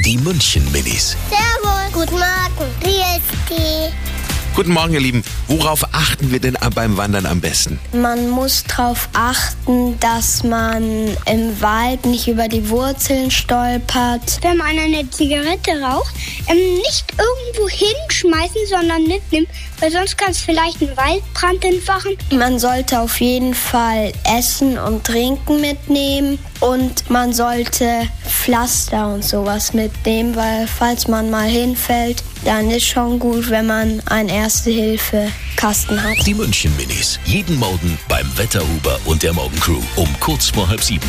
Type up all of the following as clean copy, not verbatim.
Die München-Minis. Servus. Guten Morgen. Wie ist die? Guten Morgen, ihr Lieben. Worauf achten wir denn beim Wandern am besten? Man muss darauf achten, dass man im Wald nicht über die Wurzeln stolpert. Wenn man eine Zigarette raucht, nicht irgendwo hinschmeißen, sondern mitnehmen, weil sonst kann es vielleicht einen Waldbrand entfachen. Man sollte auf jeden Fall Essen und Trinken mitnehmen und man sollte Pflaster und sowas mitnehmen, weil falls man mal hinfällt, dann ist schon gut, wenn man einen Erste-Hilfe-Kasten hat. Die München-Minis. Jeden Morgen beim Wetterhuber und der Morgencrew um kurz vor 6:30.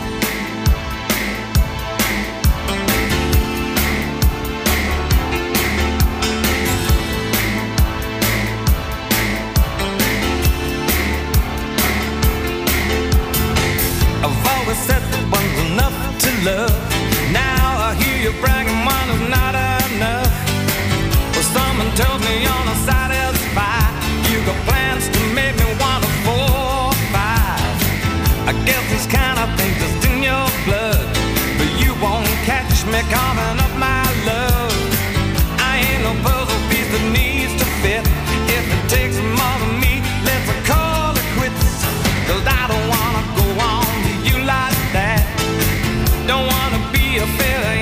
I've always said that one's enough to love. Now I hear you bragging one is not enough. Well, someone tells me you're not satisfied. You got plans to make me want a 4 or 5. I guess this kind of thing just in your blood, but you won't catch me coughing up my love. I ain't no puzzle piece that needs to fit. If it takes more than me, let's call it quits. 'Cause I don't wanna go on to you like that. Don't wanna be a failure